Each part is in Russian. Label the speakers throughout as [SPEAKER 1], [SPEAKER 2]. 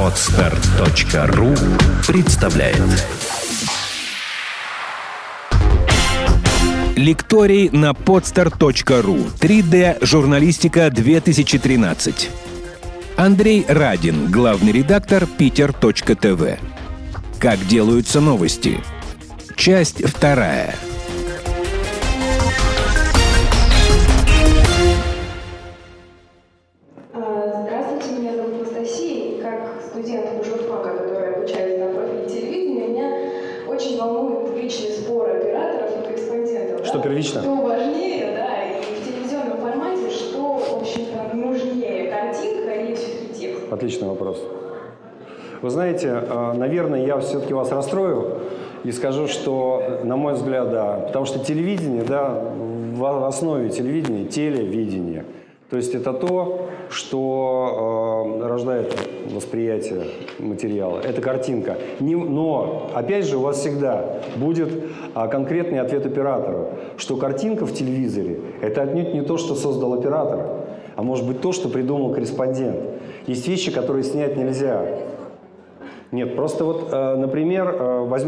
[SPEAKER 1] Podster.ru представляет Лекторий на Podster.ru. 3D-журналистика 2013. Андрей Радин, главный редактор, Питер.ТВ. Как делаются новости. Часть 2.
[SPEAKER 2] Здравствуйте, меня зовут Анастасия. Как студент журфака, который обучается на профиле телевидения, меня очень волнует вечный спор операторов и корреспондентов.
[SPEAKER 3] Что первично?
[SPEAKER 2] Что важнее, да, и в телевизионном формате, что, в общем-то, нужнее, картинка или все-таки текст?
[SPEAKER 3] Отличный вопрос. Вы знаете, наверное, я все-таки вас расстрою и скажу, что, на мой взгляд, да, потому что телевидение, да, в основе телевидения телевидение. То есть это то, что рождает восприятие материала. Это картинка. Но, опять же, у вас всегда будет конкретный ответ оператору, что картинка в телевизоре – это отнюдь не то, что создал оператор, а может быть то, что придумал корреспондент. Есть вещи, которые снять нельзя. Нет, просто вот, например,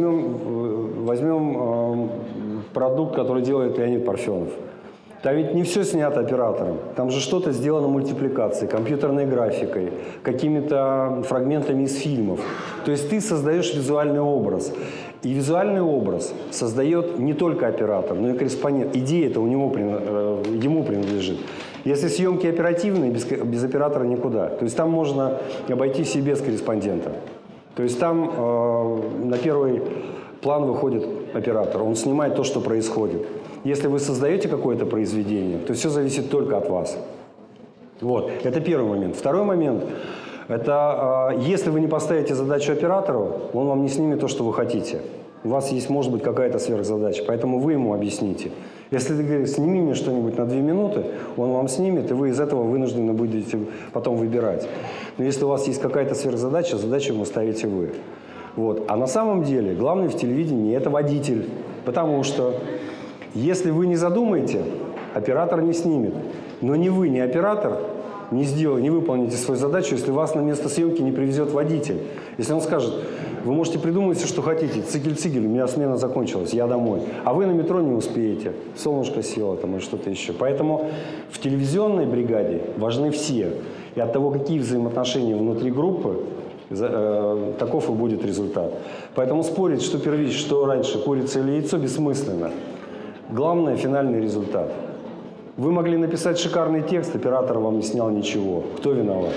[SPEAKER 3] возьмем продукт, который делает Леонид Парфенов. Там ведь не все снято оператором. Там же что-то сделано мультипликацией, компьютерной графикой, какими-то фрагментами из фильмов. То есть ты создаешь визуальный образ. И визуальный образ создает не только оператор, но и корреспондент. Идея это ему принадлежит. Если съемки оперативные, без оператора никуда. То есть там можно обойтись и без корреспондента. То есть там на первый план выходит оператор. Он снимает то, что происходит. Если вы создаете какое-то произведение, то все зависит только от вас. Вот. Это первый момент. Второй момент – это если вы не поставите задачу оператору, он вам не снимет то, что вы хотите. У вас есть, может быть, какая-то сверхзадача, поэтому вы ему объясните. Если ты говоришь, сними мне что-нибудь на 2 минуты, он вам снимет, и вы из этого вынуждены будете потом выбирать. Но если у вас есть какая-то сверхзадача, задачу ему ставите вы. Вот. А на самом деле главный в телевидении – это водитель, потому что если вы не задумаете, оператор не снимет. Но ни вы, ни оператор не выполните свою задачу, если вас на место съемки не привезет водитель. Если он скажет, вы можете придумать все, что хотите, цигель-цигель, у меня смена закончилась, я домой. А вы на метро не успеете, солнышко село там или что-то еще. Поэтому в телевизионной бригаде важны все. И от того, какие взаимоотношения внутри группы, таков и будет результат. Поэтому спорить, что первичное, что раньше, курица или яйцо, бессмысленно. Главное – финальный результат. Вы могли написать шикарный текст, оператор вам не снял ничего. Кто виноват?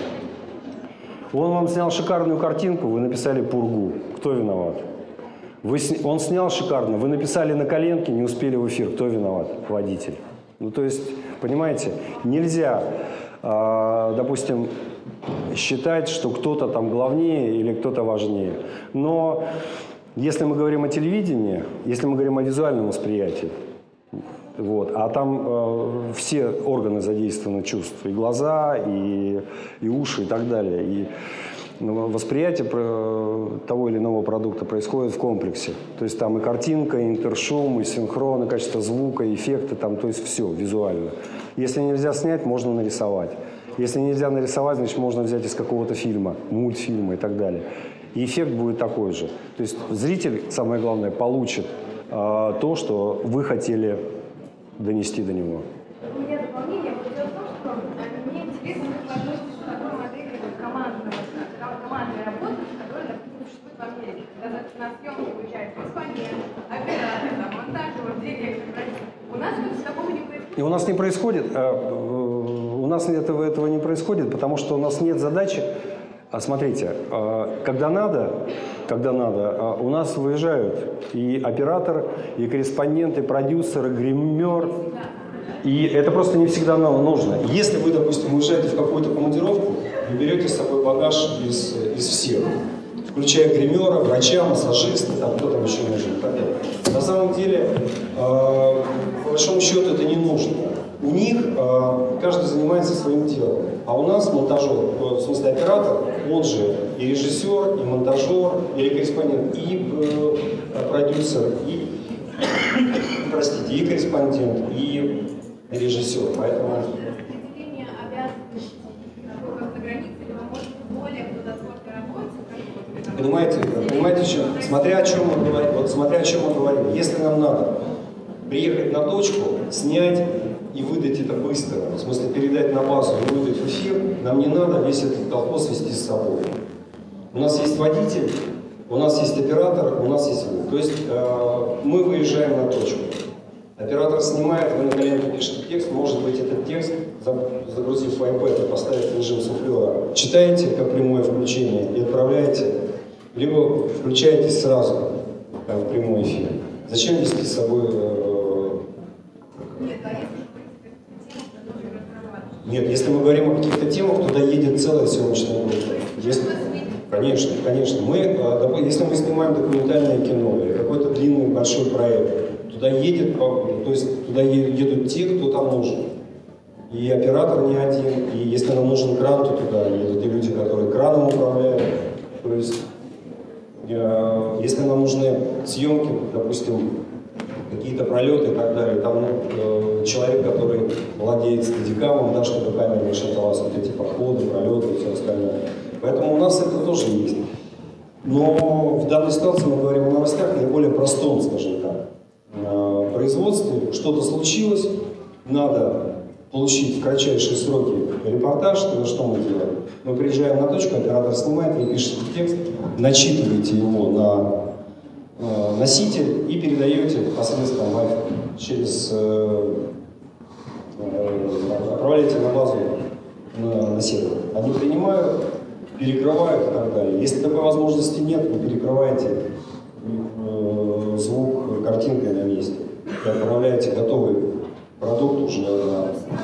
[SPEAKER 3] Он вам снял шикарную картинку, вы написали пургу. Кто виноват? Он снял шикарно, вы написали на коленке, не успели в эфир. Кто виноват? Водитель. Ну, то есть, понимаете, нельзя, допустим, считать, что кто-то там главнее или кто-то важнее. Но если мы говорим о телевидении, если мы говорим о визуальном восприятии, вот, а там все органы задействованы чувств, и глаза, и уши, и так далее. И восприятие того или иного продукта происходит в комплексе. То есть там и картинка, и интершум, и синхрон, и качество звука, и эффекты, там, то есть все визуально. Если нельзя снять, можно нарисовать. Если нельзя нарисовать, значит можно взять из какого-то фильма, мультфильма и так далее. И эффект будет такой же. То есть зритель, самое главное, получит то, что вы хотели донести до него.
[SPEAKER 4] У меня дополнение. Вот дело в том, что мне интересно, как вы относитесь к такой модели командной работы, которая, допустим, существует в Америке. Когда на съемке включает корреспондент, оператор, монтажер, директор. У нас такого не происходит.
[SPEAKER 3] И у нас не происходит. У нас этого не происходит, потому что у нас нет задачи. Смотрите, когда надо, у нас выезжают и оператор, и корреспондент, и продюсер, и гример. И это просто не всегда нам нужно. Если вы, допустим, уезжаете в какую-то командировку, вы берете с собой багаж из всех, включая гримера, врача, массажиста, там, кто там еще нужен. На самом деле, по большому счету, это не нужно. У них каждый занимается своим делом. А у нас монтажер, в смысле оператор, он же и режиссер, и монтажер, или корреспондент, и продюсер, и, простите, и корреспондент, и режиссер. Поэтому...
[SPEAKER 4] Определение обязанностей, как за границей, вы можете более плодотворной работе
[SPEAKER 5] Понимаете, смотря о чем мы говорим. Вот смотря о чем мы говорим. Если нам надо приехать на точку, снять и выдать это быстро, в смысле передать на базу и выдать в эфир, нам не надо весь этот колхоз вести с собой. У нас есть водитель, у нас есть оператор, у нас есть вы. То есть мы выезжаем на точку. Оператор снимает, вы на коленке пишете текст, может быть этот текст, загрузив в iPad и поставив в режим суфлера, читаете как прямое включение и отправляете, либо включаетесь сразу в прямой эфир. Зачем вести с собой... Нет, если мы говорим о каких-то темах, туда едет целая съемочная группа. Конечно. Если мы снимаем документальное кино или какой-то длинный большой проект, туда едут те, кто там нужен. И оператор не один, и если нам нужен кран, то туда едут и люди, которые краном управляют. То есть, если нам нужны съемки, допустим, какие-то пролеты и так далее, там человек, который владеет стадикамом, да, чтобы камера не шаталась, вот эти подходы, пролеты и все остальное. Поэтому у нас это тоже есть. Но в данной ситуации мы говорим о новостях наиболее простом, скажем так. Производстве что-то случилось, надо получить в кратчайшие сроки репортаж, тогда что мы делаем? Мы приезжаем на точку, оператор снимает, вы пишете текст, начитываете его на носитель и передаете посредством Wi-Fi через отправляете на базу на сервер. Они принимают, перекрывают и так далее. Если такой возможности нет, вы перекрываете звук картинкой на месте. И отправляете готовый продукт уже на...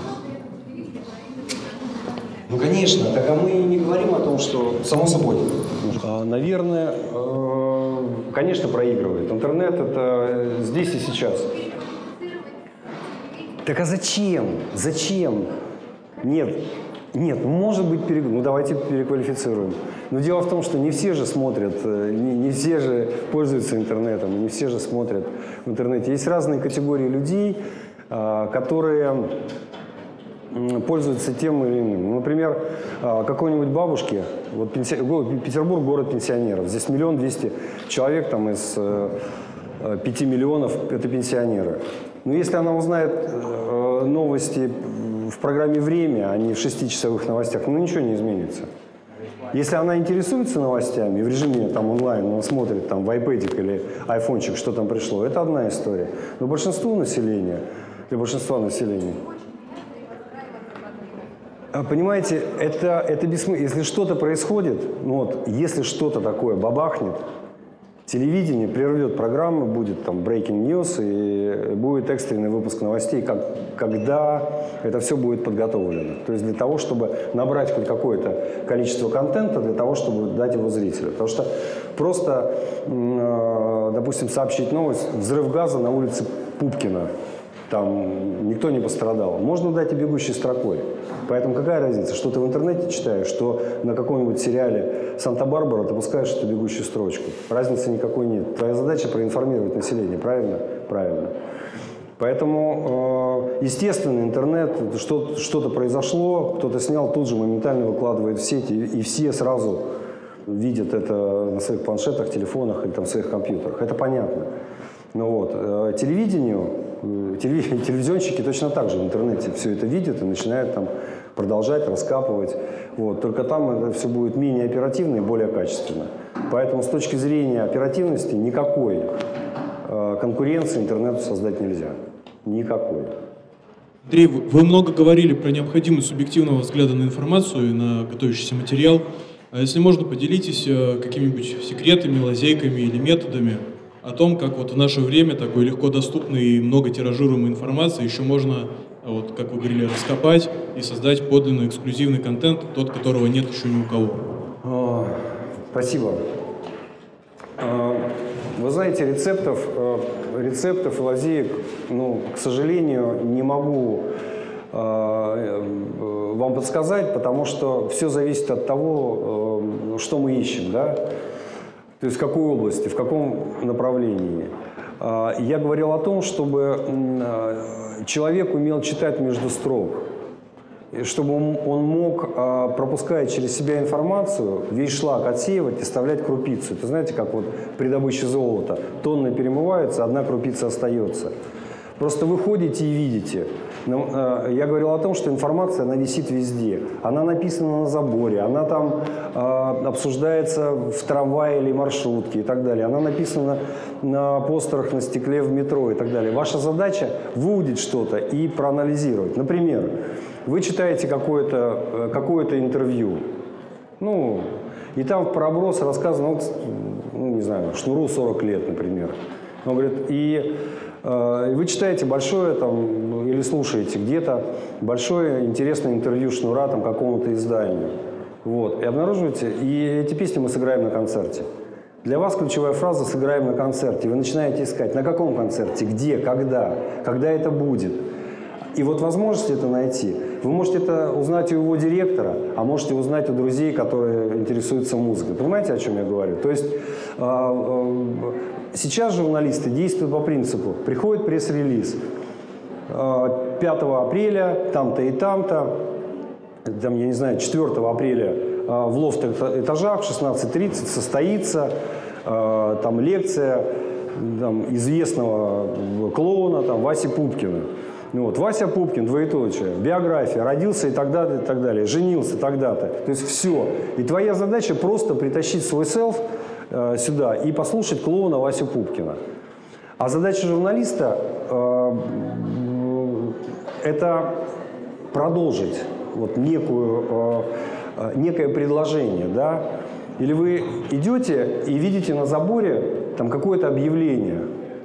[SPEAKER 5] Ну, конечно, так а мы не говорим о том, что само собой.
[SPEAKER 3] Наверное, конечно, проигрывает. Интернет — это здесь и сейчас. Так а зачем? Зачем? Нет, может быть, ну давайте переквалифицируем. Но дело в том, что не все же смотрят, не все же пользуются интернетом, не все же смотрят в интернете. Есть разные категории людей, которые пользуются тем или иным. Например, какой-нибудь бабушке, вот Петербург — город пенсионеров, здесь 1 200 000 человек, там из 5 миллионов – это пенсионеры. Но если она узнает новости в программе «Время», а не в 6-часовых новостях, ну ничего не изменится. Если она интересуется новостями в режиме там, онлайн, он смотрит там, в iPad или айфончик, что там пришло, это одна история. Но для большинства населения, понимаете, это бессмысленно. Если что-то происходит, ну вот, если что-то такое бабахнет, телевидение прервет программу, будет там breaking news и будет экстренный выпуск новостей, когда это все будет подготовлено. То есть для того, чтобы набрать хоть какое-то количество контента, для того, чтобы дать его зрителю. Потому что просто, допустим, сообщить новость: взрыв газа на улице Пупкина, там никто не пострадал. Можно дать и бегущей строкой. Поэтому какая разница, что ты в интернете читаешь, что на каком-нибудь сериале «Санта-Барбара» ты пускаешь эту бегущую строчку. Разницы никакой нет. Твоя задача — проинформировать население, правильно? Правильно. Поэтому, естественно, интернет, что-то произошло, кто-то снял, тут же моментально выкладывает в сеть, и все сразу видят это на своих планшетах, телефонах или там, своих компьютерах. Это понятно. Ну вот, телевизионщики точно так же в интернете все это видят и начинают там продолжать раскапывать. Вот. Только там это все будет менее оперативно и более качественно. Поэтому с точки зрения оперативности никакой конкуренции интернету создать нельзя. Никакой.
[SPEAKER 6] Андрей, вы много говорили про необходимость субъективного взгляда на информацию и на готовящийся материал. А если можно, поделитесь какими-нибудь секретами, лазейками или методами о том, как вот в наше время такой легко доступной и много тиражируемой информации еще можно, вот, как вы говорили, раскопать и создать подлинно эксклюзивный контент, тот, которого нет еще ни у кого.
[SPEAKER 3] Спасибо. Вы знаете, рецептов и лазеек, ну, к сожалению, не могу вам подсказать, потому что все зависит от того, что мы ищем, да? То есть в какой области, в каком направлении. Я говорил о том, чтобы человек умел читать между строк. чтобы он мог, пропуская через себя информацию, весь шлак отсеивать и вставлять крупицу. Это знаете, как вот при добыче золота. Тонны перемываются, одна крупица остается. Просто вы ходите и видите. Я говорил о том, что информация, она висит везде. Она написана на заборе, она там обсуждается в трамвае или маршрутке и так далее. Она написана на постерах на стекле в метро и так далее. Ваша задача выудить что-то и проанализировать. Например, вы читаете какое-то интервью, ну, и там в проброс рассказано, ну, не знаю, Шнуру 40 лет, например. Он говорит, и вы читаете большое там, или слушаете где-то большое интересное интервью Шнура там, какому-то изданию. Вот, и обнаруживаете, и эти песни мы сыграем на концерте. Для вас ключевая фраза «сыграем на концерте». Вы начинаете искать, на каком концерте, где, когда это будет. И вот возможность это найти. Вы можете это узнать у его директора, а можете узнать у друзей, которые интересуются музыкой. Понимаете, о чем я говорю? То есть сейчас журналисты действуют по принципу: приходит пресс-релиз 5 апреля, там-то и там-то, там, я не знаю, 4 апреля в лофт-этажах в 16:30 состоится там лекция там, известного клоуна там, Васи Пупкина. Вот. Вася Пупкин, двоеточие, биография, родился и так далее, женился тогда-то. То есть все. И твоя задача просто притащить свой селф сюда и послушать клоуна Васю Пупкина. А задача журналиста это продолжить вот некое предложение, да? Или вы идете и видите на заборе там какое-то объявление.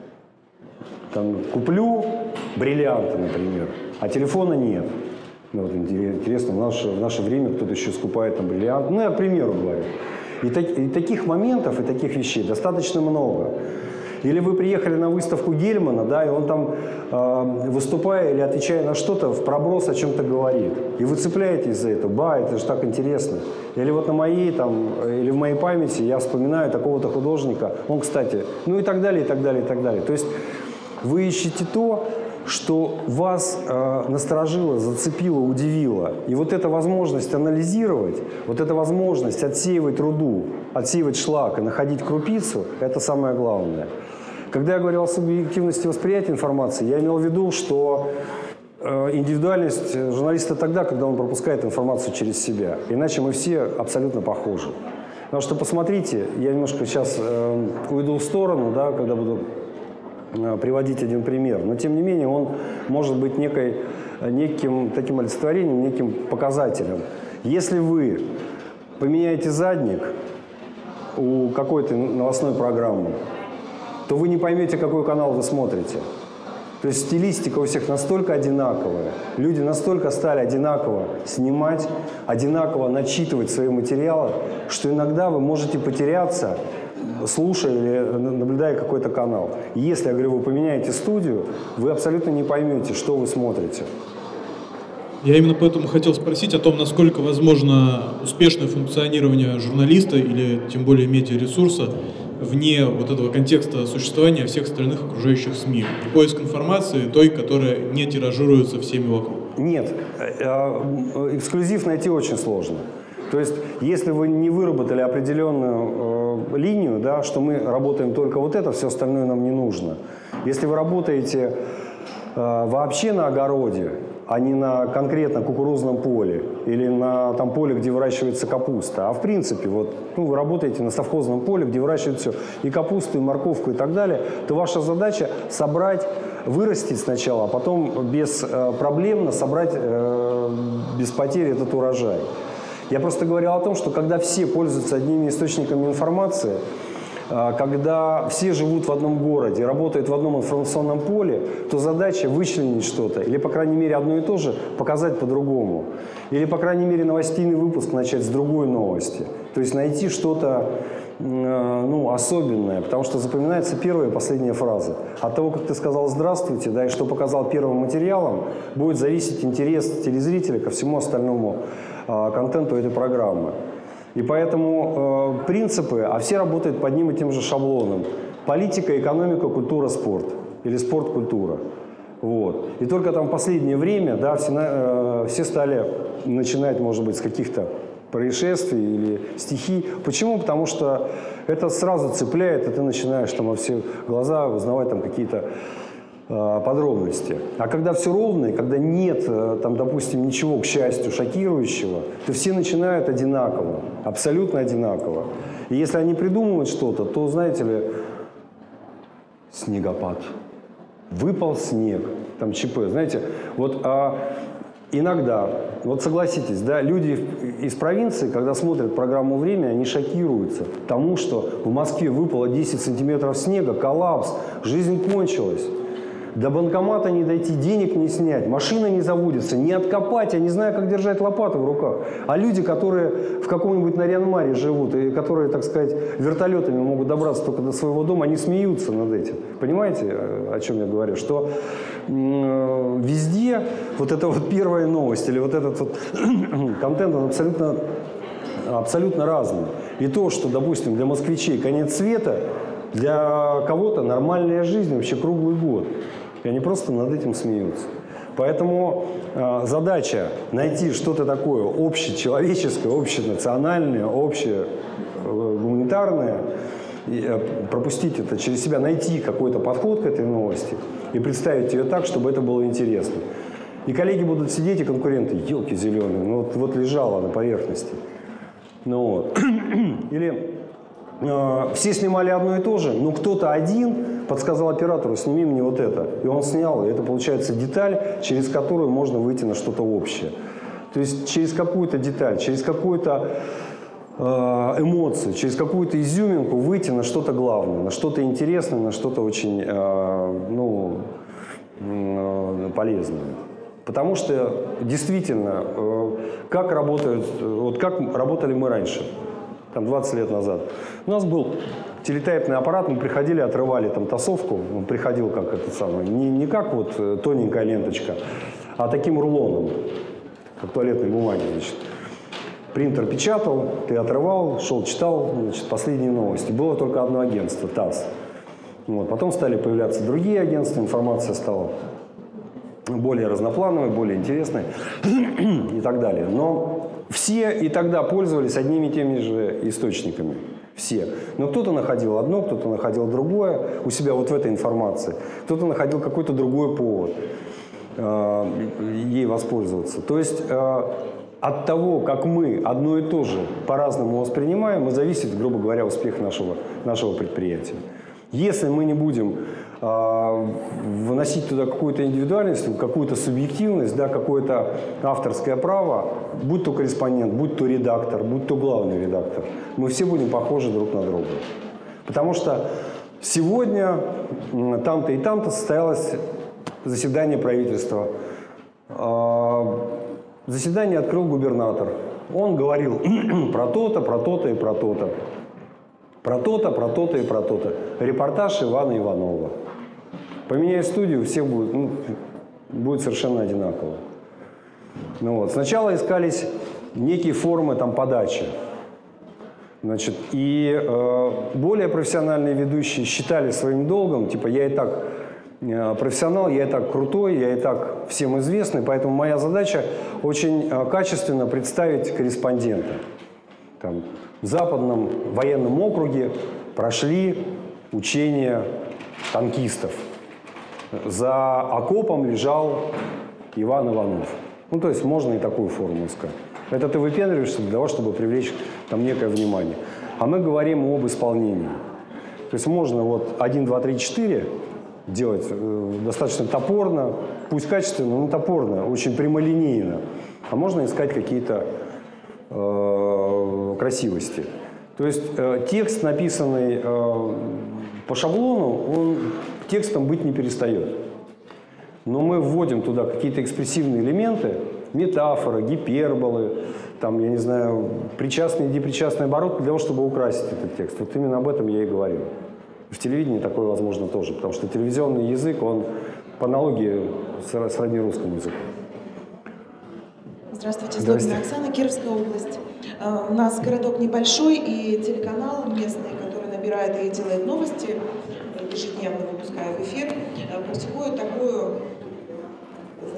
[SPEAKER 3] Там, куплю бриллианты, например, а телефона нет. Ну, вот интересно, в наше время кто-то еще скупает там бриллиант. Ну, я к примеру говорю. И таких моментов, и таких вещей достаточно много. Или вы приехали на выставку Гельмана, да, и он там, выступая или отвечая на что-то, в проброс о чем-то говорит. И вы цепляетесь за это. Это же так интересно. Или вот на моей, там, или в моей памяти я вспоминаю такого-то художника. Он, кстати, ну и так далее, и так далее, и так далее. То есть вы ищете то, что вас насторожило, зацепило, удивило. И вот эта возможность анализировать, вот эта возможность отсеивать руду, отсеивать шлак и находить крупицу, это самое главное. Когда я говорил о субъективности восприятия информации, я имел в виду, что индивидуальность журналиста тогда, когда он пропускает информацию через себя. Иначе мы все абсолютно похожи. Потому что, посмотрите, я немножко сейчас уйду в сторону, да, когда буду приводить один пример. Но, тем не менее, он может быть неким таким олицетворением, неким показателем. Если вы поменяете задник у какой-то новостной программы, то вы не поймете, какой канал вы смотрите. То есть стилистика у всех настолько одинаковая, люди настолько стали одинаково снимать, одинаково начитывать свои материалы, что иногда вы можете потеряться, слушая или наблюдая какой-то канал. И если, я говорю, вы поменяете студию, вы абсолютно не поймете, что вы смотрите.
[SPEAKER 6] Я именно поэтому хотел спросить о том, насколько возможно успешное функционирование журналиста или тем более медиаресурса вне вот этого контекста существования всех остальных окружающих СМИ. И поиск информации той, которая не тиражируется всеми вокруг.
[SPEAKER 3] Нет, эксклюзив найти очень сложно. То есть, если вы не выработали определенную линию, да, что мы работаем только вот это, все остальное нам не нужно. Если вы работаете вообще на огороде, а не на конкретно кукурузном поле или на там, поле, где выращивается капуста, а в принципе, вот, ну, вы работаете на совхозном поле, где выращивают все, и капусту, и морковку, и так далее, то ваша задача собрать, вырастить сначала, а потом беспроблемно собрать без потерь этот урожай. Я просто говорил о том, что когда все пользуются одними источниками информации, когда все живут в одном городе, работают в одном информационном поле, то задача вычленить что-то, или, по крайней мере, одно и то же показать по-другому. Или, по крайней мере, новостейный выпуск начать с другой новости. То есть найти что-то особенное, потому что запоминается первая и последняя фраза. От того, как ты сказал «здравствуйте», да, и что показал первым материалом, будет зависеть интерес телезрителя ко всему остальному контенту этой программы. И поэтому принципы, а все работают под одним и тем же шаблоном. Политика, экономика, культура, спорт. Или спорт, культура. Вот. И только там в последнее время, да, все стали начинать, может быть, с каких-то происшествий или стихий. Почему? Потому что это сразу цепляет, и ты начинаешь там во все глаза узнавать там какие-то подробности. А когда все ровно, и когда нет, там, допустим, ничего, к счастью, шокирующего, то все начинают одинаково, абсолютно одинаково. И если они придумывают что-то, то, знаете ли, снегопад. Выпал снег, там ЧП. Знаете, вот иногда, вот согласитесь, да, люди из провинции, когда смотрят программу «Время», они шокируются тому, что в Москве выпало 10 сантиметров снега, коллапс, жизнь кончилась. До банкомата не дойти, денег не снять, машина не заводится, не откопать, я не знаю, как держать лопату в руках. А люди, которые в каком-нибудь Нарьян-Маре живут, и которые, так сказать, вертолетами могут добраться только до своего дома, они смеются над этим. Понимаете, о чем я говорю? Что везде вот эта вот первая новость или вот этот вот контент, он абсолютно разный. И то, что, допустим, для москвичей конец света, для кого-то нормальная жизнь вообще круглый год. И они просто над этим смеются. Поэтому задача найти что-то такое общечеловеческое, общенациональное, общегуманитарное, пропустить это через себя, найти какой-то подход к этой новости и представить ее так, чтобы это было интересно. И коллеги будут сидеть, и конкуренты, елки зеленые, ну вот лежало на поверхности. Ну вот. Или все снимали одно и то же, но кто-то один подсказал оператору: сними мне вот это. И он снял, и это получается деталь, через которую можно выйти на что-то общее. То есть через какую-то деталь, через какую-то эмоцию, через какую-то изюминку выйти на что-то главное, на что-то интересное, на что-то очень полезное. Потому что действительно, как работали мы раньше, там 20 лет назад. У нас был телетайпный аппарат, мы приходили, отрывали там тасовку, он приходил как этот самый, не как вот тоненькая ленточка, а таким рулоном, как туалетной бумаги, значит. Принтер печатал, ты отрывал, шел, читал, значит, последние новости. Было только одно агентство, ТАСС. Вот. Потом стали появляться другие агентства, информация стала более разноплановой, более интересной и так далее. Но все и тогда пользовались одними и теми же источниками. Все. Но кто-то находил одно, кто-то находил другое у себя вот в этой информации. Кто-то находил какой-то другой повод ей воспользоваться. То есть от того, как мы одно и то же по-разному воспринимаем, и зависит, грубо говоря, успех нашего предприятия. Если мы не будем выносить туда какую-то индивидуальность, какую-то субъективность, да, какое-то авторское право, будь то корреспондент, будь то редактор, будь то главный редактор, мы все будем похожи друг на друга. Потому что сегодня там-то и там-то состоялось заседание правительства. Заседание открыл губернатор. Он говорил про то-то, про то-то и про то-то. Про то-то, про то-то и про то-то. Репортаж Ивана Иванова. Поменяй студию, у всех будет совершенно одинаково. Ну вот. Сначала искались некие формы там, подачи. Значит, и более профессиональные ведущие считали своим долгом, типа, я и так профессионал, я и так крутой, я и так всем известный, поэтому моя задача очень качественно представить корреспондента. Там, в Западном военном округе прошли учения танкистов. За окопом лежал Иван Иванов. Ну, то есть можно и такую форму искать. Это ты выпендриваешься для того, чтобы привлечь там некое внимание. А мы говорим об исполнении. То есть можно вот 1, 2, 3, 4 делать достаточно топорно, пусть качественно, но топорно, очень прямолинейно. А можно искать какие-то красивости. То есть текст, написанный по шаблону, он текстом быть не перестает. Но мы вводим туда какие-то экспрессивные элементы, метафоры, гиперболы, там, я не знаю, причастные и депричастные обороты для того, чтобы украсить этот текст. Вот именно об этом я и говорил. В телевидении такое возможно тоже, потому что телевизионный язык, он по аналогии сродни русскому языку.
[SPEAKER 7] Здравствуйте, Злобина Оксана, Кировская область. У нас городок небольшой, и телеканал местный, который набирает и делает новости, ежедневно выпуская в эфир, практикует такую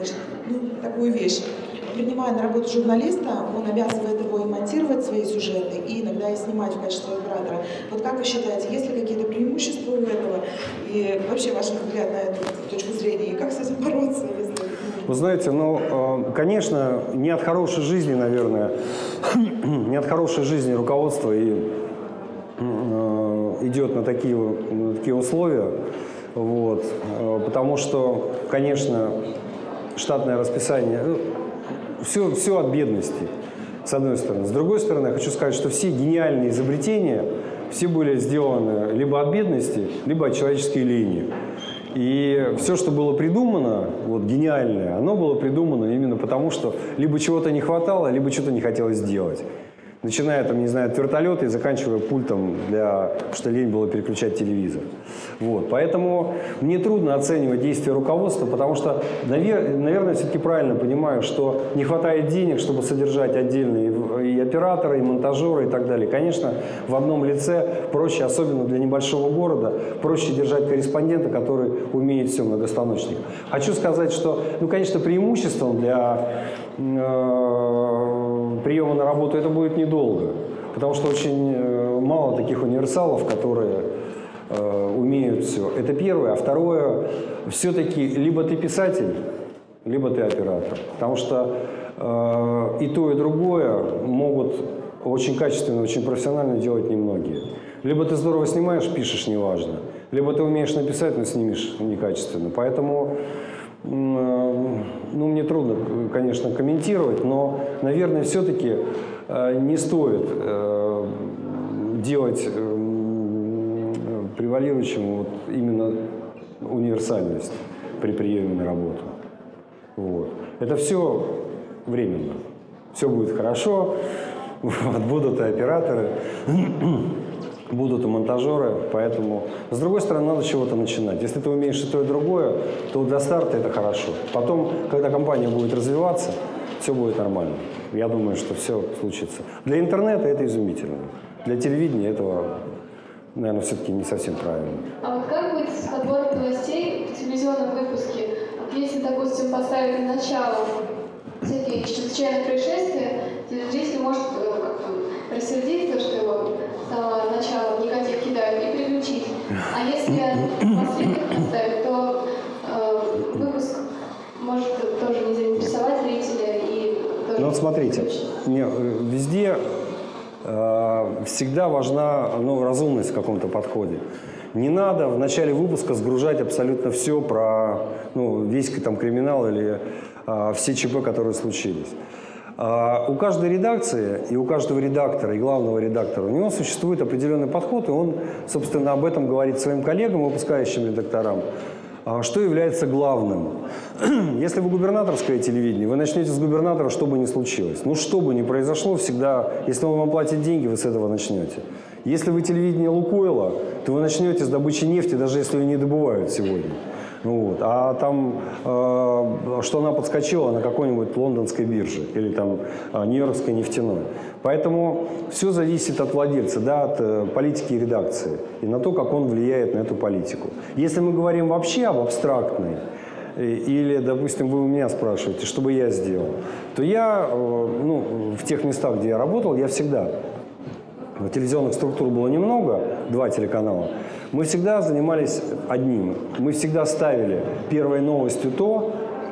[SPEAKER 7] значит, такую вещь. Принимая на работу журналиста, он обязывает его и монтировать свои сюжеты, и иногда и снимать в качестве оператора. Вот как вы считаете, есть ли какие-то преимущества у этого? И вообще ваш взгляд на эту точку зрения, и как с этим бороться?
[SPEAKER 3] Вы знаете, конечно, не от хорошей жизни, наверное, не от хорошей жизни руководство и идет на такие условия. Вот. Потому что, конечно, штатное расписание, все от бедности, с одной стороны. С другой стороны, я хочу сказать, что все гениальные изобретения, все были сделаны либо от бедности, либо от человеческой лени. И все, что было придумано, вот гениальное, оно было придумано именно потому, что либо чего-то не хватало, либо что-то не хотелось делать. Начиная, там, не знаю, от вертолета и заканчивая пультом, что лень было переключать телевизор. Вот. Поэтому мне трудно оценивать действия руководства, потому что, наверное, все-таки правильно понимаю, что не хватает денег, чтобы содержать отдельные и операторы, и монтажеры, и так далее. Конечно, в одном лице проще, особенно для небольшого города, проще держать корреспондента, который умеет все, многостаночник. Хочу сказать, что, конечно, преимуществом для приема на работу это будет недолго, потому что очень мало таких универсалов, которые умеют все. Это первое. А второе, все-таки либо ты писатель, либо ты оператор. Потому что и то, и другое могут очень качественно, очень профессионально делать немногие. Либо ты здорово снимаешь, пишешь, неважно. Либо ты умеешь написать, но снимешь некачественно. Поэтому мне трудно, конечно, комментировать, но, наверное, все-таки не стоит делать превалирующим вот именно универсальность при приеме на работу. Вот. Это все временно. Все будет хорошо, вот, будут и операторы, будут и монтажеры, поэтому... С другой стороны, надо с чего-то начинать. Если ты умеешь и то, и другое, то для старта это хорошо. Потом, когда компания будет развиваться, все будет нормально. Я думаю, что все случится. Для интернета это изумительно. Для телевидения этого, наверное, все-таки не совсем правильно.
[SPEAKER 2] А вот как быть с подбором новостей в телевизионном выпуске? Вот если, допустим, поставить на начало всякие чрезвычайные происшествия, телезритель может как-то рассердиться, что его стало началом негатив кидают, и переключить. А если последний поставить, то выпуск может тоже не заинтересовать зрителя и тоже...
[SPEAKER 3] Ну вот смотрите, везде всегда важна разумность в каком-то подходе. Не надо в начале выпуска сгружать абсолютно все про весь там криминал или все ЧП, которые случились. У каждой редакции и у каждого редактора и главного редактора у него существует определенный подход, и он, собственно, об этом говорит своим коллегам, выпускающим редакторам, что является главным. Если вы губернаторское телевидение, вы начнете с губернатора, что бы ни случилось. Что бы ни произошло, всегда, если он вам платит деньги, вы с этого начнете. Если вы телевидение Лукойла, то вы начнете с добычи нефти, даже если ее не добывают сегодня. А там, что она подскочила на какой-нибудь лондонской бирже или там нью-йоркской нефтяной. Поэтому все зависит от владельца, от политики и редакции и на то, как он влияет на эту политику. Если мы говорим вообще об абстрактной, или, допустим, вы у меня спрашиваете, что бы я сделал, то я, в тех местах, где я работал, я всегда... Телевизионных структур было немного, 2 телеканала. Мы всегда занимались одним. Мы всегда ставили первой новостью то,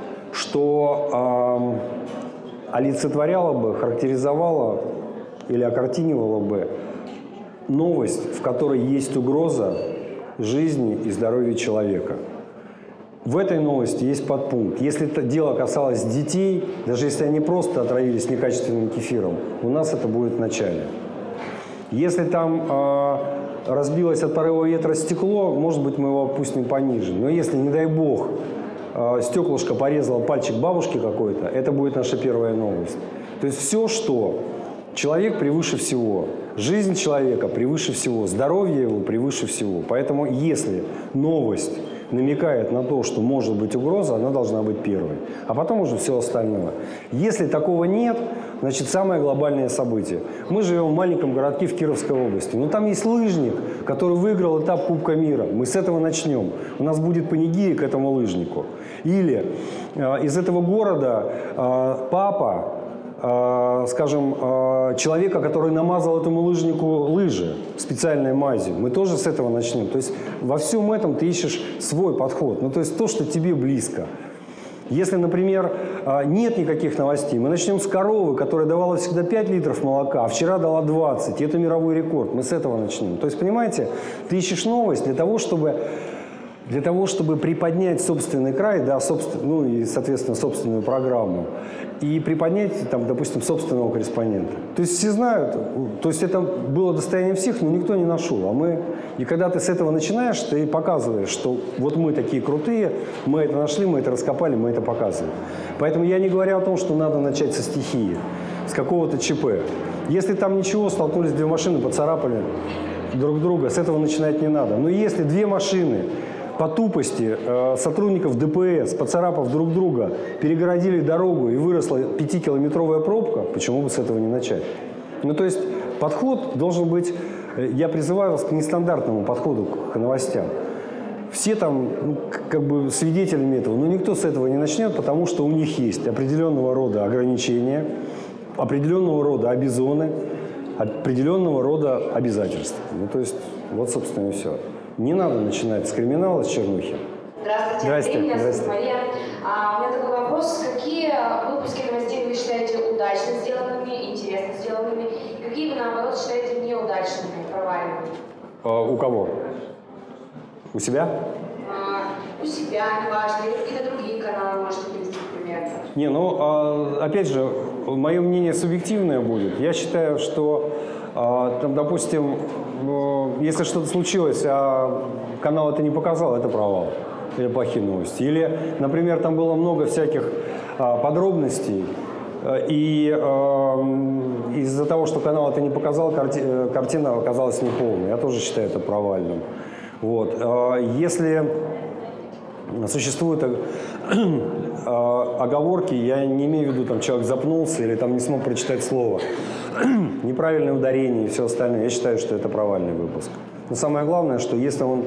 [SPEAKER 3] что олицетворяло бы, характеризовало или окартинивало бы новость, в которой есть угроза жизни и здоровью человека. В этой новости есть подпункт. Если это дело касалось детей, даже если они просто отравились некачественным кефиром, у нас это будет в начале. Если там разбилось от порыва ветра стекло, может быть, мы его опустим пониже. Но если, не дай бог, стеклышко порезало пальчик бабушки какой-то, это будет наша первая новость. То есть все, что человек превыше всего, жизнь человека превыше всего, здоровье его превыше всего. Поэтому если новость намекает на то, что может быть угроза, она должна быть первой. А потом уже все остальное. Если такого нет, Значит, самое глобальное событие. Мы живем в маленьком городке в Кировской области. Но там есть лыжник, который выиграл этап Кубка мира. Мы с этого начнем. У нас будет панигия к этому лыжнику. Или из этого города папа, скажем, человека, который намазал этому лыжнику лыжи специальной мазью. Мы тоже с этого начнем. То есть во всем этом ты ищешь свой подход. Ну, то есть то, что тебе близко. Если, например, нет никаких новостей, мы начнем с коровы, которая давала всегда 5 литров молока, а вчера дала 20. И это мировой рекорд. Мы с этого начнем. То есть, понимаете, ты ищешь новость для того, чтобы приподнять собственный край, да, ну и, соответственно, собственную программу, и приподнять, там, допустим, собственного корреспондента. То есть все знают, то есть это было достоянием всех, но никто не нашел. И когда ты с этого начинаешь, ты показываешь, что вот мы такие крутые, мы это нашли, мы это раскопали, мы это показываем. Поэтому я не говорю о том, что надо начать со стихии, с какого-то ЧП. Если там ничего, столкнулись две машины, поцарапали друг друга, с этого начинать не надо. Но если две машины по тупости сотрудников ДПС, поцарапав друг друга, перегородили дорогу и выросла 5-километровая пробка, почему бы с этого не начать? Ну, то есть подход должен быть, я призываю вас к нестандартному подходу к новостям. Все там, ну, как бы свидетелями этого, но никто с этого не начнет, потому что у них есть определенного рода ограничения, определенного рода обязоны, определенного рода обязательства. Ну, то есть, вот, собственно, и все. Не надо начинать с криминала, с чернухи.
[SPEAKER 8] Здравствуйте, Андрей, меня зовут Мария. У меня такой вопрос. Какие выпуски новостей вы считаете удачно сделанными, интересно сделанными? И какие вы, наоборот, считаете неудачными, провальными?
[SPEAKER 3] У кого? У себя?
[SPEAKER 8] У себя, неважно. Или какие-то другие каналы можете привести, например.
[SPEAKER 3] Не, ну, опять же, мое мнение субъективное будет. Я считаю, что, там, допустим, если что-то случилось, а канал это не показал, это провал. Или плохие новости. Или, например, там было много всяких подробностей, и из-за того, что канал это не показал, картина оказалась неполной. Я тоже считаю это провальным. Вот. Если существуют оговорки, я не имею в виду, там человек запнулся или там не смог прочитать слово, неправильное ударение и все остальное, я считаю, что это провальный выпуск. Но самое главное, что если он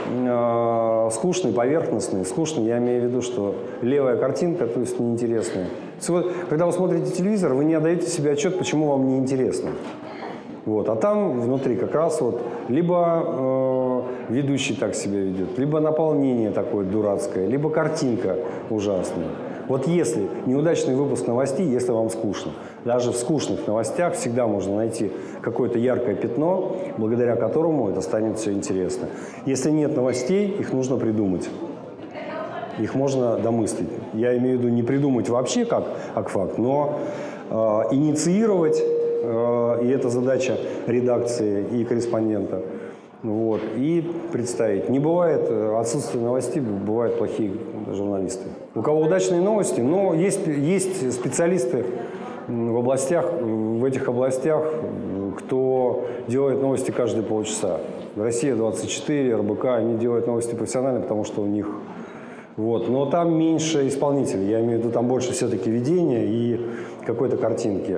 [SPEAKER 3] скучный, поверхностный, скучный, я имею в виду, что левая картинка, то есть неинтересная. Когда вы смотрите телевизор, вы не отдаете себе отчет, почему вам неинтересно. Вот. А там внутри как раз вот либо ведущий так себя ведет, либо наполнение такое дурацкое, либо картинка ужасная. Вот если неудачный выпуск новостей, если вам скучно, даже в скучных новостях всегда можно найти какое-то яркое пятно, благодаря которому это станет все интересно. Если нет новостей, их нужно придумать. Их можно домыслить. Я имею в виду не придумать вообще как факт, но инициировать, и это задача редакции и корреспондента. Вот, и представить. Не бывает отсутствие новостей, бывают плохие журналисты. У кого удачные новости, но есть специалисты в этих областях, кто делает новости каждые полчаса. Россия-24, РБК, они делают новости профессионально, потому что у них... Вот. Но там меньше исполнителей, я имею в виду, там больше все-таки ведения и какой-то картинки.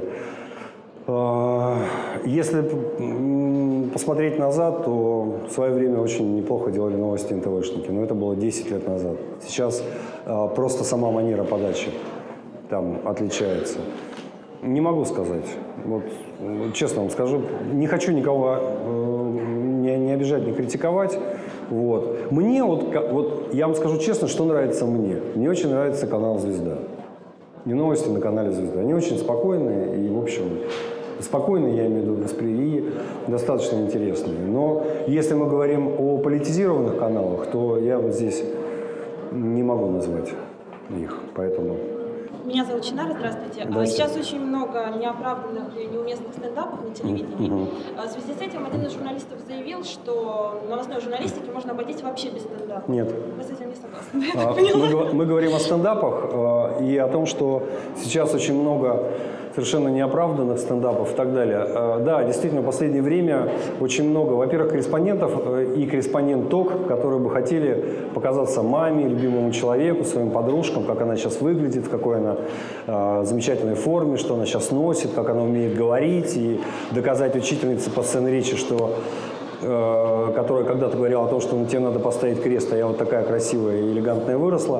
[SPEAKER 3] Если посмотреть назад, то в свое время очень неплохо делали новости НТВшники, но это было 10 лет назад. Сейчас просто сама манера подачи там отличается. Не могу сказать. Вот, честно вам скажу, не хочу никого не обижать, не критиковать. Вот. Мне, вот я вам скажу честно, что нравится мне. Мне очень нравится канал «Звезда». И новости на канале «Звезда». Они очень спокойные и, в общем, спокойные, я имею в виду, и достаточно интересные. Но если мы говорим о политизированных каналах, то я вот здесь не могу назвать их, поэтому...
[SPEAKER 9] Меня зовут Чинара, здравствуйте. Сейчас очень много неоправданных и неуместных стендапов на телевидении. В связи с этим один из журналистов заявил, что новостной журналистике можно обойтись вообще без стендапа.
[SPEAKER 3] Нет.
[SPEAKER 9] Вы с этим не согласны?
[SPEAKER 3] Мы говорим о стендапах и о том, что сейчас очень много совершенно неоправданных стендапов и так далее. Да, действительно, в последнее время очень много, во-первых, корреспондентов и корреспонденток, которые бы хотели показаться маме, любимому человеку, своим подружкам, как она сейчас выглядит, в какой она какой-то замечательной форме, что она сейчас носит, как она умеет говорить, и доказать учительнице по сцене речи, что, которая когда-то говорила о том, что тебе надо поставить крест, а я вот такая красивая и элегантная выросла.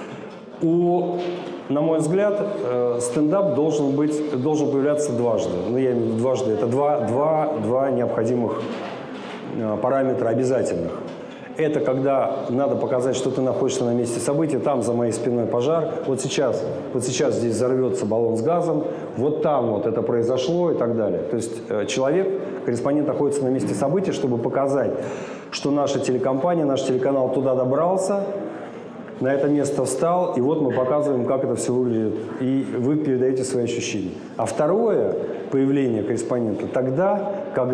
[SPEAKER 3] На мой взгляд, стендап должен появляться дважды. Ну, я имею в виду дважды. Это два необходимых параметра обязательных. Это когда надо показать, что ты находишься на месте события, там за моей спиной пожар, вот сейчас здесь взорвется баллон с газом, вот там вот это произошло и так далее. То есть человек, корреспондент, находится на месте события, чтобы показать, что наша телекомпания, наш телеканал туда добрался, на это место встал, и вот мы показываем, как это все выглядит, и вы передаете свои ощущения. А второе появление корреспондента тогда,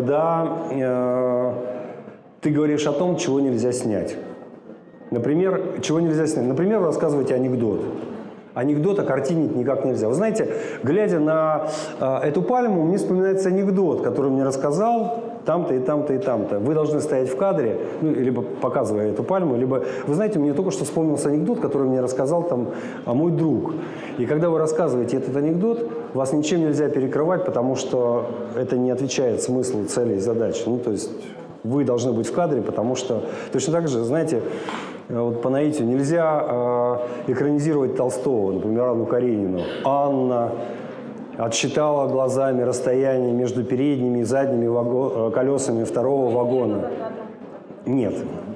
[SPEAKER 3] когда ты говоришь о том, чего нельзя снять. Например, чего нельзя снять? Например, вы рассказываете анекдот. Анекдот окартинить никак нельзя. Вы знаете, глядя на эту пальму, мне вспоминается анекдот, который мне рассказал там-то и там-то и там-то. Вы должны стоять в кадре, ну, либо показывая эту пальму, либо... Вы знаете, мне только что вспомнился анекдот, который мне рассказал там мой друг. И когда вы рассказываете этот анекдот, вас ничем нельзя перекрывать, потому что это не отвечает смыслу, цели и задач. Ну, то есть вы должны быть в кадре, потому что... Точно так же, знаете, вот по наитию нельзя экранизировать Толстого, например, Анну Каренину. Анна отсчитала глазами расстояние между передними и задними колесами второго вагона. Нет.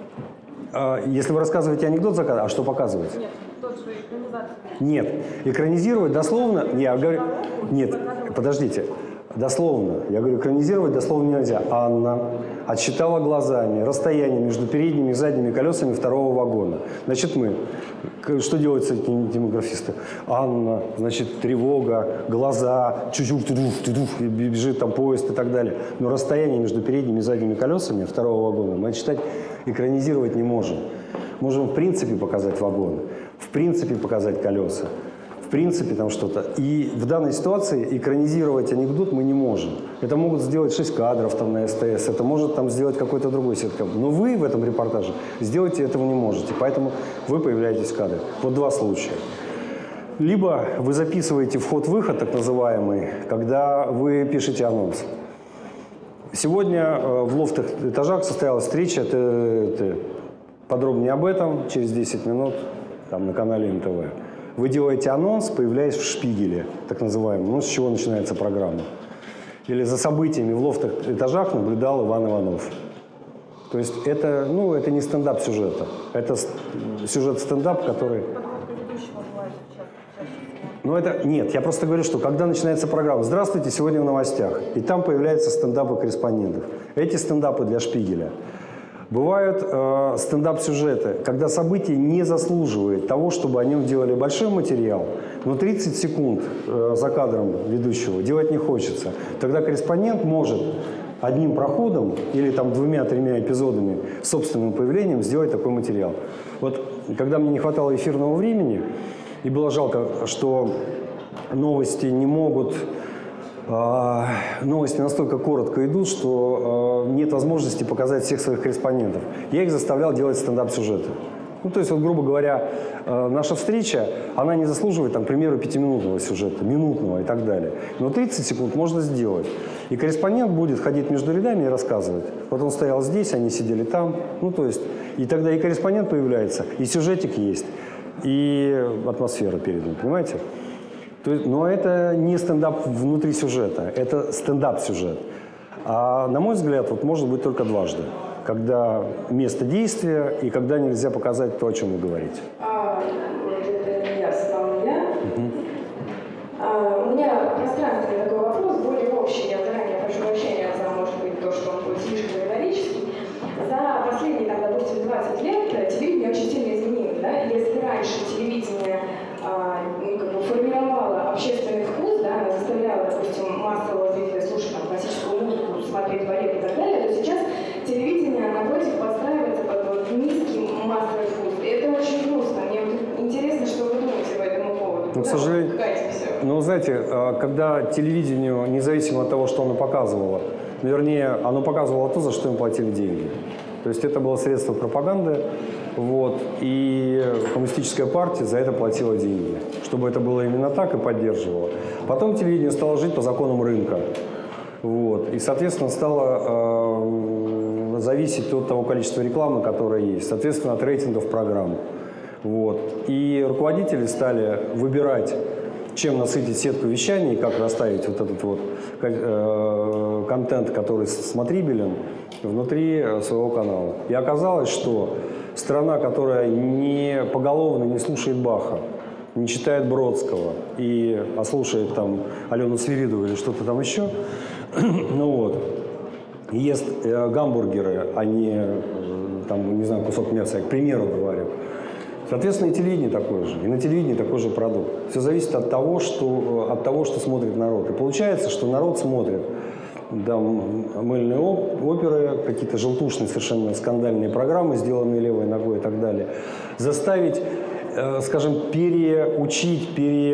[SPEAKER 3] Если вы рассказываете анекдот, а что показывать?
[SPEAKER 9] Нет, тот же экранизация.
[SPEAKER 3] Нет. Экранизировать дословно... Я говорю... Нет, подождите. Дословно. Я говорю, экранизировать дословно нельзя. Анна отсчитала глазами расстояние между передними и задними колесами второго вагона. Значит, мы... Что делают с этими демографисты? Анна, значит, тревога, глаза, чуть-чуть, бежит там поезд и так далее. Но расстояние между передними и задними колесами второго вагона мы отсчитать, экранизировать не можем. Можем в принципе показать вагон, в принципе показать колеса, в принципе там что-то. И в данной ситуации экранизировать анекдот мы не можем. Это могут сделать 6 кадров там на СТС, это может там сделать какой-то другой ситком. Но вы в этом репортаже сделать этого не можете, поэтому вы появляетесь в кадре. Вот два случая. Либо вы записываете вход-выход, так называемый, когда вы пишете анонс. Сегодня в лофтах этажах состоялась встреча, подробнее об этом через 10 минут там, на канале НТВ. Вы делаете анонс, появляясь в шпигеле, так называемом, ну, с чего начинается программа. Или за событиями в лофтах этажах наблюдал Иван Иванов. То есть это, ну, это не стендап сюжета, это сюжет стендап, который... Ну, это... Нет, я просто говорю, что когда начинается программа «Здравствуйте, сегодня в новостях», и там появляются стендапы корреспондентов. Эти стендапы для шпигеля. Бывают стендап-сюжеты, когда событие не заслуживает того, чтобы о нем делали большой материал, но 30 секунд за кадром ведущего делать не хочется. Тогда корреспондент может одним проходом или там 2-3 эпизодами собственным появлением сделать такой материал. Вот когда мне не хватало эфирного времени, и было жалко, что новости не могут... Новости настолько коротко идут, что нет возможности показать всех своих корреспондентов. Я их заставлял делать стендап-сюжеты. Ну, то есть, вот, грубо говоря, наша встреча, она не заслуживает, там, к примеру, 5-минутного сюжета, минутного и так далее. Но 30 секунд можно сделать. И корреспондент будет ходить между рядами и рассказывать. Вот он стоял здесь, они сидели там. Ну, то есть, и тогда и корреспондент появляется, и сюжетик есть, и атмосфера передана, понимаете? Но это не стендап внутри сюжета, это стендап-сюжет. А на мой взгляд, вот может быть только дважды. Когда место действия и когда нельзя показать то, о чем вы говорите.
[SPEAKER 8] Это я, снова я. У меня пространственный такой вопрос, более общий. Я заранее прошу прощения за, может быть, то, что он будет слишком риторический. За последние, там, допустим, 20 лет телевидение очень сильно изменилось. Да? Если раньше телевидение формировало общественный вкус, да, она заставляла, допустим, массового зрителя слушать там, классическую музыку, смотреть балет и так далее, то сейчас телевидение, напротив, подстраивается под вот, низкий массовый вкус. И это очень грустно. Мне вот интересно, что вы думаете по этому поводу.
[SPEAKER 3] Ну, к сожалению, ну, знаете, когда телевидению, независимо от того, что оно показывало, вернее, оно показывало то, за что им платили деньги. То есть это было средство пропаганды, вот, и Коммунистическая партия за это платила деньги, чтобы это было именно так и поддерживала. Потом телевидение стало жить по законам рынка, вот, и, соответственно, стало зависеть от того количества рекламы, которое есть, соответственно, от рейтингов программ. Вот. И руководители стали выбирать, чем насытить сетку вещаний, и как расставить вот этот вот контент, который смотрибелен, внутри своего канала. И оказалось, что страна, которая не поголовно не слушает Баха, не читает Бродского, а слушает там Алену Свиридову или что-то там еще, ну вот, ест гамбургеры, а не, там, не знаю, кусок мяса, я к примеру говорю. Соответственно, и телевидение такое же, и на телевидении такой же продукт. Все зависит от того, что смотрит народ. И получается, что народ смотрит мыльные оперы, какие-то желтушные, совершенно скандальные программы, сделанные левой ногой и так далее. Заставить, скажем, переучить,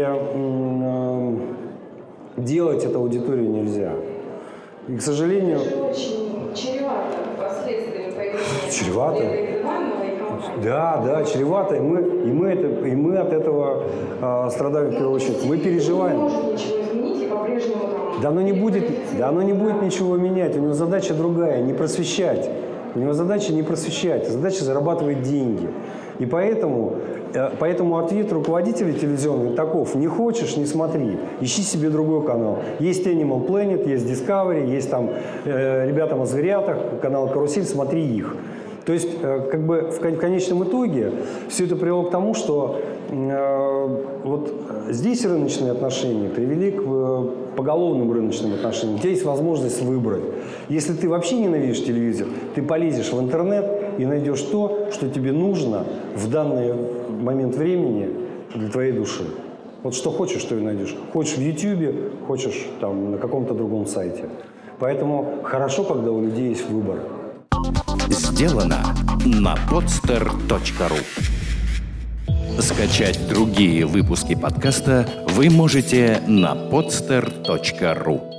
[SPEAKER 3] делать эту аудиторию нельзя. И, к сожалению...
[SPEAKER 2] Это очень чревато последствиями появления.
[SPEAKER 3] Чревато? Да, чревато. И мы от этого страдаем в первую очередь. Мы переживаем.
[SPEAKER 2] Не может ничего изменить и по-прежнему там...
[SPEAKER 3] Да оно не будет ничего менять. У него задача другая, не просвещать. У него задача не просвещать, а задача зарабатывать деньги. И поэтому ответ руководителей телевизионных таков: не хочешь — не смотри, ищи себе другой канал. Есть Animal Planet, есть Discovery, есть там ребята о зверятах, канал «Карусель», смотри их. То есть, как бы в конечном итоге все это привело к тому, что вот здесь рыночные отношения привели к поголовным рыночным отношениям. У тебя есть возможность выбрать. Если ты вообще ненавидишь телевизор, ты полезешь в интернет и найдешь то, что тебе нужно в данный момент времени для твоей души. Вот что хочешь, то и найдешь. Хочешь в YouTube, хочешь там на каком-то другом сайте. Поэтому хорошо, когда у людей есть выбор.
[SPEAKER 1] Сделано на podster.ru. Скачать другие выпуски подкаста вы можете на podster.ru.